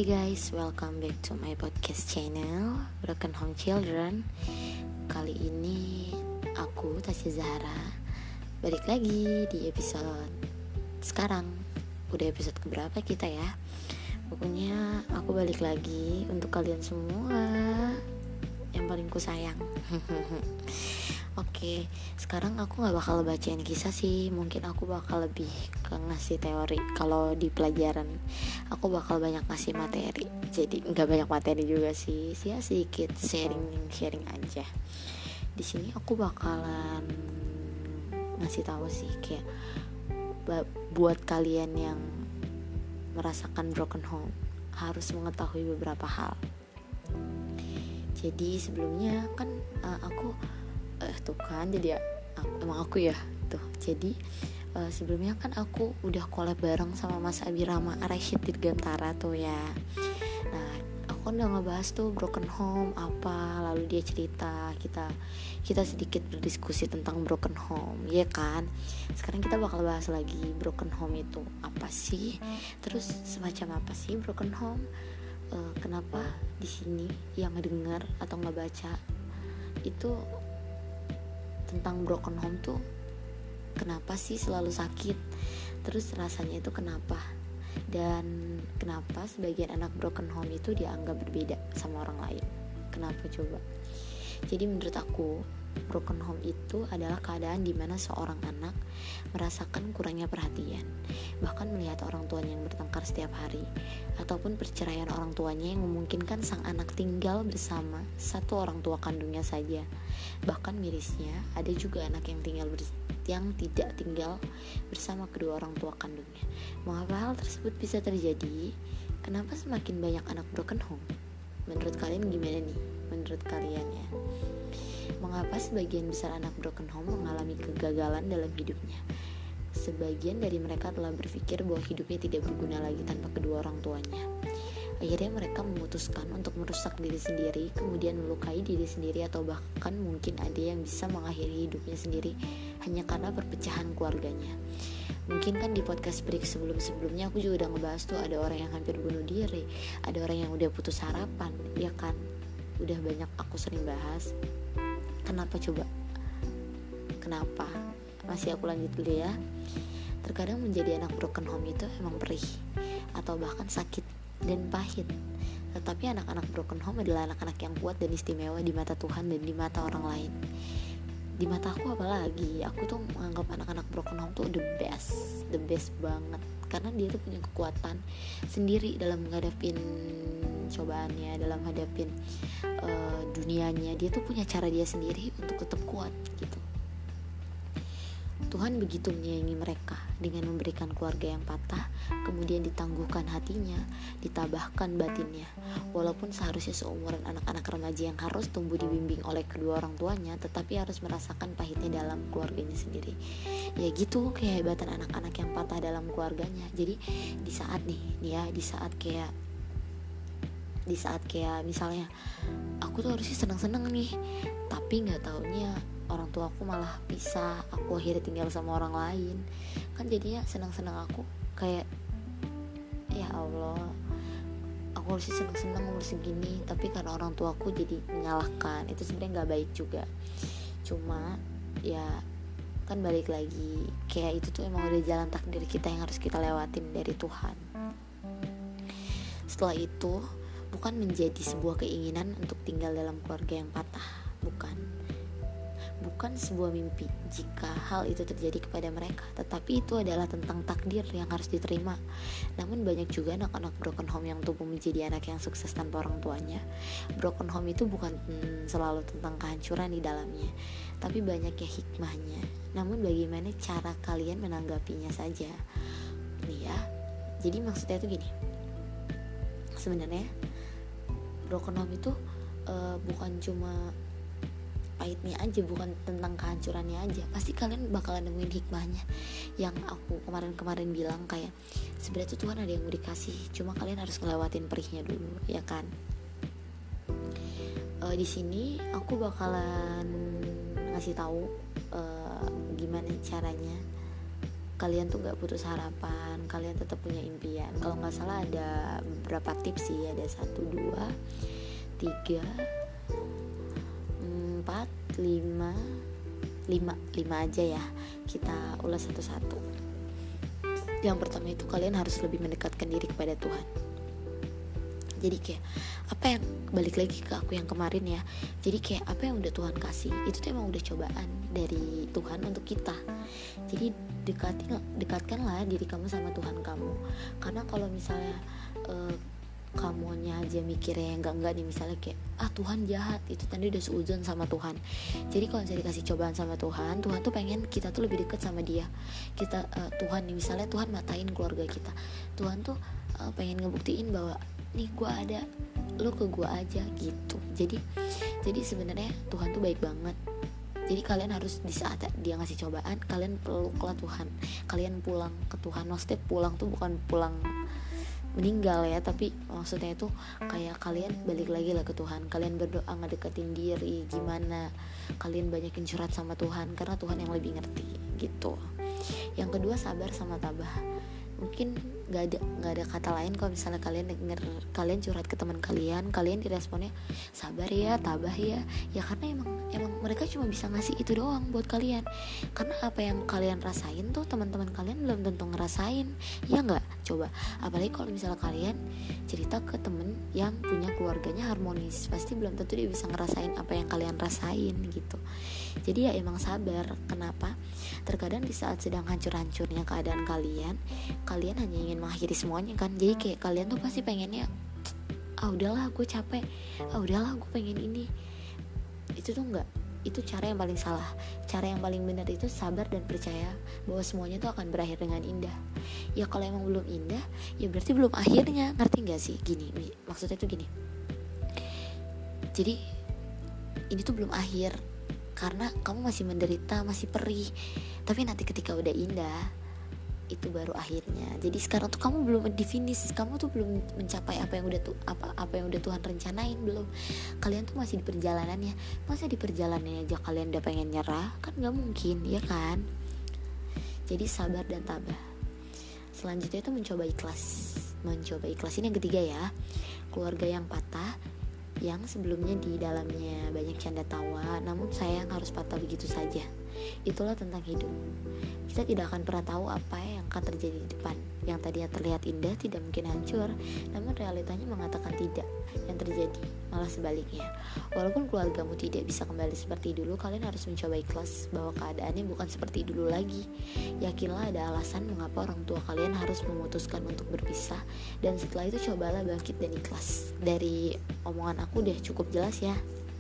Hai guys, welcome back to my podcast channel Broken Home Children. Kali ini aku Tasya Zahra balik lagi di episode sekarang. Udah episode keberapa kita ya? Pokoknya aku balik lagi untuk kalian semua yang paling ku sayang. Oke, sekarang aku gak bakal bacain kisah sih. Mungkin aku bakal lebih ke ngasih teori. Kalau di pelajaran aku bakal banyak ngasih materi. Jadi gak banyak materi juga sih, ya sedikit sharing aja. Di sini aku bakalan ngasih tahu sih kayak buat kalian yang merasakan broken home harus mengetahui beberapa hal. Jadi sebelumnya kan aku tuh kan jadi emang aku ya tuh. Jadi sebelumnya kan aku udah collab bareng sama Mas Abirama Rashid Dirgantara tuh ya. Nah aku udah ngebahas tuh broken home apa, lalu dia cerita, kita sedikit berdiskusi tentang broken home, ya kan. Sekarang kita bakal bahas lagi broken home itu apa sih, terus semacam apa sih broken home, kenapa di sini yang ngedengar atau ngebaca itu tentang broken home tuh kenapa sih selalu sakit, terus rasanya itu kenapa, dan kenapa sebagian anak broken home itu dianggap berbeda sama orang lain. Kenapa coba? Jadi menurut aku broken home itu adalah keadaan di mana seorang anak merasakan kurangnya perhatian, bahkan melihat orang tuanya yang bertengkar setiap hari, ataupun perceraian orang tuanya yang memungkinkan sang anak tinggal bersama satu orang tua kandungnya saja. Bahkan mirisnya ada juga anak yang tidak tinggal bersama kedua orang tua kandungnya. Mengapa hal tersebut bisa terjadi? Kenapa semakin banyak anak broken home? Menurut kalian gimana nih? Menurut kalian ya, mengapa sebagian besar anak broken home mengalami kegagalan dalam hidupnya? Sebagian dari mereka telah berpikir bahwa hidupnya tidak berguna lagi tanpa kedua orang tuanya. Akhirnya mereka memutuskan untuk merusak diri sendiri, kemudian melukai diri sendiri, atau bahkan mungkin ada yang bisa mengakhiri hidupnya sendiri hanya karena perpecahan keluarganya. Mungkin kan di podcast break sebelumnya aku juga udah ngebahas tuh, ada orang yang hampir bunuh diri, ada orang yang udah putus harapan, ya kan? Udah banyak aku sering bahas. Kenapa coba? Kenapa? Masih aku lanjut dulu ya. Terkadang menjadi anak broken home itu emang perih, atau bahkan sakit dan pahit. Tetapi anak-anak broken home adalah anak-anak yang kuat dan istimewa di mata Tuhan dan di mata orang lain. Di mata aku apalagi, aku tuh menganggap anak-anak broken home tuh the best banget, karena dia tuh punya kekuatan sendiri dalam menghadapin cobaannya, dalam menghadapin dunianya. Dia tuh punya cara dia sendiri untuk tetap kuat gitu. Tuhan begitu menyayangi mereka dengan memberikan keluarga yang patah, kemudian ditangguhkan hatinya, ditabahkan batinnya. Walaupun seharusnya seumuran anak-anak remaja yang harus tumbuh dibimbing oleh kedua orang tuanya, tetapi harus merasakan pahitnya dalam keluarganya sendiri. Ya gitu kehebatan anak-anak yang patah dalam keluarganya. Jadi di saat kayak misalnya aku tuh harusnya senang-senang nih, tapi nggak taunya orang tua aku malah pisah, aku akhirnya tinggal sama orang lain. Kan jadinya senang-senang aku kayak, ya Allah, aku harusnya senang-senang umur segini, tapi karena orang tua aku jadi menyalahkan. Itu sebenarnya nggak baik juga. Cuma ya kan balik lagi, kayak itu tuh emang udah jalan takdir kita yang harus kita lewatin dari Tuhan. Setelah itu bukan menjadi sebuah keinginan untuk tinggal dalam keluarga yang patah, bukan sebuah mimpi jika hal itu terjadi kepada mereka, tetapi itu adalah tentang takdir yang harus diterima. Namun banyak juga anak-anak broken home yang tumbuh menjadi anak yang sukses tanpa orang tuanya. Broken home itu bukan selalu tentang kehancuran di dalamnya, tapi banyaknya hikmahnya. Namun bagaimana cara kalian menanggapinya saja nih ya. Jadi maksudnya itu gini, sebenarnya broken home itu bukan cuma pahitnya aja, bukan tentang kehancurannya aja. Pasti kalian bakalan nemuin hikmahnya. Yang aku kemarin bilang kayak sebenarnya tuh Tuhan ada yang mau dikasih, cuma kalian harus ngelewatin perihnya dulu, ya kan? Di sini aku bakalan ngasih tahu gimana caranya kalian tuh gak putus harapan, kalian tetap punya impian. Kalau gak salah ada beberapa tips sih, ada 1, 2, 3, 4, 5 aja ya, kita ulas satu-satu. Yang pertama itu kalian harus lebih mendekatkan diri kepada Tuhan. Jadi kayak apa yang, balik lagi ke aku yang kemarin ya, jadi kayak apa yang udah Tuhan kasih itu tuh emang udah cobaan dari Tuhan untuk kita. Jadi dekatkanlah diri kamu sama Tuhan kamu. Karena kalau misalnya kamunya aja mikirnya yang enggak nih, misalnya kayak Tuhan jahat, itu tadi udah seuzon sama Tuhan. Jadi kalau misalnya dikasih cobaan sama Tuhan tuh pengen kita tuh lebih dekat sama Dia. Kita Tuhan nih, misalnya Tuhan matain keluarga kita, Tuhan tuh pengen ngebuktiin bahwa nih gue ada, lo ke gue aja gitu. Jadi sebenarnya Tuhan tuh baik banget. Jadi kalian harus di saat Dia ngasih cobaan, kalian peluklah Tuhan, kalian pulang ke Tuhan. Maksudnya pulang tuh bukan pulang meninggal ya, tapi maksudnya itu kayak kalian balik lagi lah ke Tuhan. Kalian berdoa ngedeketin diri, gimana kalian banyakin curhat sama Tuhan, karena Tuhan yang lebih ngerti gitu. Yang kedua, sabar sama tabah. Mungkin nggak ada kata lain kalau misalnya kalian curhat ke teman kalian diresponnya sabar ya, tabah ya karena emang mereka cuma bisa ngasih itu doang buat kalian. Karena apa yang kalian rasain tuh teman-teman kalian belum tentu ngerasain, ya nggak? Coba apalagi kalau misalnya kalian cerita ke temen yang punya keluarganya harmonis, pasti belum tentu dia bisa ngerasain apa yang kalian rasain gitu. Jadi ya emang sabar. Kenapa? Terkadang di saat sedang hancur-hancurnya keadaan kalian hanya ingin mengakhiri semuanya kan. Jadi kayak kalian tuh pasti pengennya udahlah gue capek, udahlah gue pengen ini. Itu tuh enggak, itu cara yang paling salah. Cara yang paling benar itu sabar dan percaya bahwa semuanya tuh akan berakhir dengan indah. Ya kalau emang belum indah, ya berarti belum akhirnya. Ngerti gak sih? Gini, maksudnya tuh gini, jadi ini tuh belum akhir karena kamu masih menderita, masih perih. Tapi nanti ketika udah indah, itu baru akhirnya. Jadi sekarang tuh kamu belum di finish, kamu tuh belum mencapai apa yang udah Tuhan rencanain, belum. Kalian tuh masih di perjalanannya. Masa di perjalanannya aja kalian udah pengen nyerah? Kan nggak mungkin, ya kan? Jadi sabar dan tabah. Selanjutnya itu mencoba ikhlas ini yang ketiga ya. Keluarga yang patah, yang sebelumnya di dalamnya banyak canda tawa, namun sayang harus patah begitu saja. Itulah tentang hidup. Kita tidak akan pernah tahu apa yang akan terjadi di depan. Yang tadinya terlihat indah tidak mungkin hancur, namun realitanya mengatakan tidak. Yang terjadi malah sebaliknya. Walaupun keluargamu tidak bisa kembali seperti dulu, kalian harus mencoba ikhlas bahwa keadaannya bukan seperti dulu lagi. Yakinlah ada alasan mengapa orang tua kalian harus memutuskan untuk berpisah, dan setelah itu cobalah bangkit dan ikhlas. Dari omongan aku udah cukup jelas ya.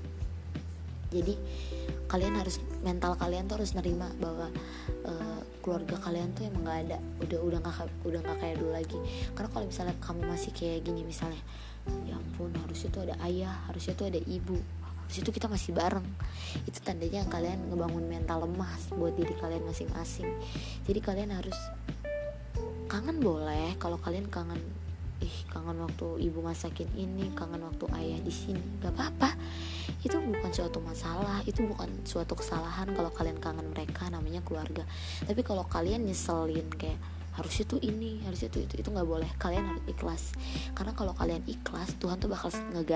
Jadi kalian harus, mental kalian tuh harus nerima bahwa keluarga kalian tuh emang nggak ada, udah nggak kayak dulu lagi. Karena kalau misalnya kamu masih kayak gini, misalnya ya ampun harusnya tuh ada ayah, harusnya tuh ada ibu, harusnya tuh kita masih bareng, itu tandanya kalian ngebangun mental lemah buat diri kalian masing-masing. Jadi kalian harus kangen, boleh kalau kalian kangen waktu ibu masakin ini, kangen waktu ayah di sini, gak apa-apa. Itu bukan suatu masalah, itu bukan suatu kesalahan kalau kalian kangen mereka, namanya keluarga. Tapi kalau kalian nyeselin kayak harusnya tuh ini, harusnya tuh itu nggak boleh. Kalian harus ikhlas. Karena kalau kalian ikhlas, Tuhan tuh bakal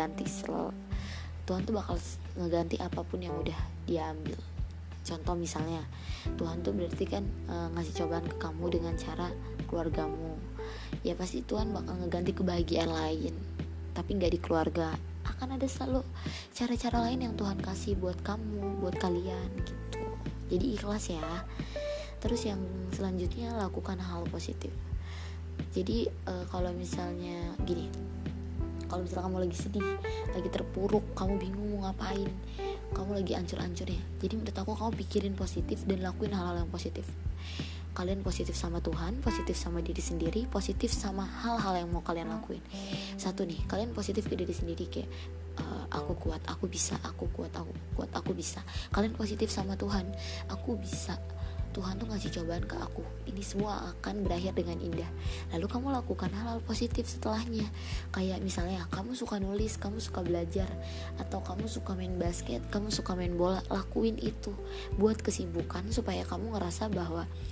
ngeganti apapun yang udah Dia ambil. Contoh misalnya Tuhan tuh berarti kan ngasih cobaan ke kamu dengan cara keluargamu, ya pasti Tuhan bakal ngeganti kebahagiaan lain, tapi gak di keluarga. Akan ada selalu cara-cara lain yang Tuhan kasih buat kamu, buat kalian gitu. Jadi ikhlas ya. Terus yang selanjutnya, lakukan hal positif. Jadi kalau misalnya gini, kalau misalnya kamu lagi sedih, lagi terpuruk, kamu bingung mau ngapain, kamu lagi ancur-ancurnya, jadi menurut aku kamu pikirin positif dan lakuin hal-hal yang positif. Kalian positif sama Tuhan, positif sama diri sendiri, positif sama hal-hal yang mau kalian lakuin. Satu nih, kalian positif ke diri sendiri kayak aku kuat, aku bisa, aku kuat, aku bisa. Kalian positif sama Tuhan, aku bisa. Tuhan tuh ngasih cobaan ke aku, ini semua akan berakhir dengan indah. Lalu kamu lakukan hal-hal positif setelahnya. Kayak misalnya kamu suka nulis, kamu suka belajar, atau kamu suka main basket, kamu suka main bola. Lakuin itu buat kesibukan supaya kamu ngerasa bahwa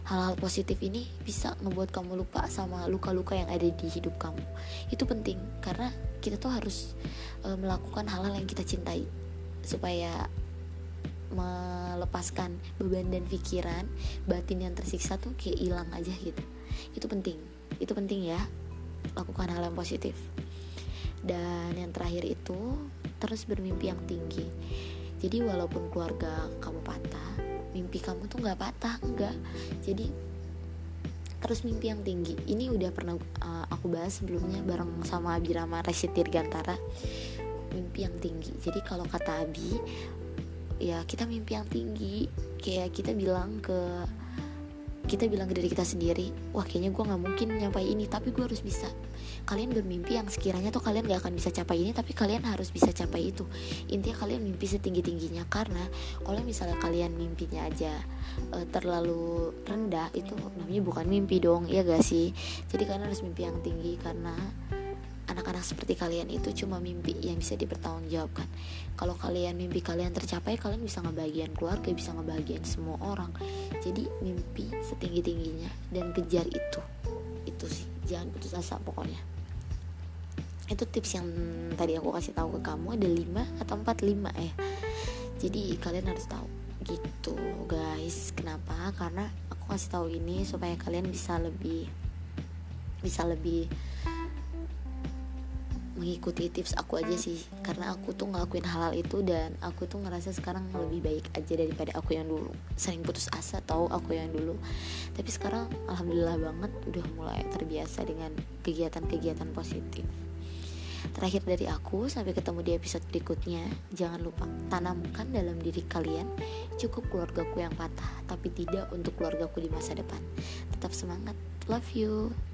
hal-hal positif ini bisa ngebuat kamu lupa sama luka-luka yang ada di hidup kamu. Itu penting karena kita tuh harus melakukan hal-hal yang kita cintai supaya melepaskan beban dan pikiran batin yang tersiksa tuh kayak hilang aja gitu. Itu penting ya, lakukan hal yang positif. Dan yang terakhir itu terus bermimpi yang tinggi. Jadi walaupun keluarga kamu patah, mimpi kamu tuh nggak patah, enggak. Jadi terus mimpi yang tinggi. Ini udah pernah aku bahas sebelumnya bareng sama Abirama Rashid Dirgantara. Mimpi yang tinggi. Jadi kalau kata Abi, ya kita mimpi yang tinggi. Kayak kita bilang ke diri kita sendiri, wah kayaknya gue nggak mungkin nyampai ini, tapi gue harus bisa. Kalian bermimpi yang sekiranya tuh kalian gak akan bisa capai ini, tapi kalian harus bisa capai itu. Intinya kalian mimpi setinggi-tingginya, karena kalau misalnya kalian mimpinya aja terlalu rendah, itu namanya bukan mimpi dong, ya gak sih? Jadi kalian harus mimpi yang tinggi, karena anak-anak seperti kalian itu cuma mimpi yang bisa dipertanggungjawabkan. Kalau kalian mimpi kalian tercapai, kalian bisa ngebahagiain keluarga, bisa ngebahagiain semua orang. Jadi mimpi setinggi-tingginya dan kejar itu sih, jangan putus asa pokoknya. Itu tips yang tadi aku kasih tahu ke kamu, ada 5 atau 5 ya. Jadi kalian harus tahu gitu guys. Kenapa? Karena aku kasih tahu ini supaya kalian bisa lebih mengikuti tips aku aja sih, karena aku tuh ngelakuin hal-hal itu dan aku tuh ngerasa sekarang lebih baik aja daripada aku yang dulu. Sering putus asa tahu aku yang dulu, tapi sekarang alhamdulillah banget udah mulai terbiasa dengan kegiatan-kegiatan positif. Terakhir dari aku, sampai ketemu di episode berikutnya. Jangan lupa tanamkan dalam diri kalian, cukup keluargaku yang patah, tapi tidak untuk keluargaku di masa depan. Tetap semangat, love you.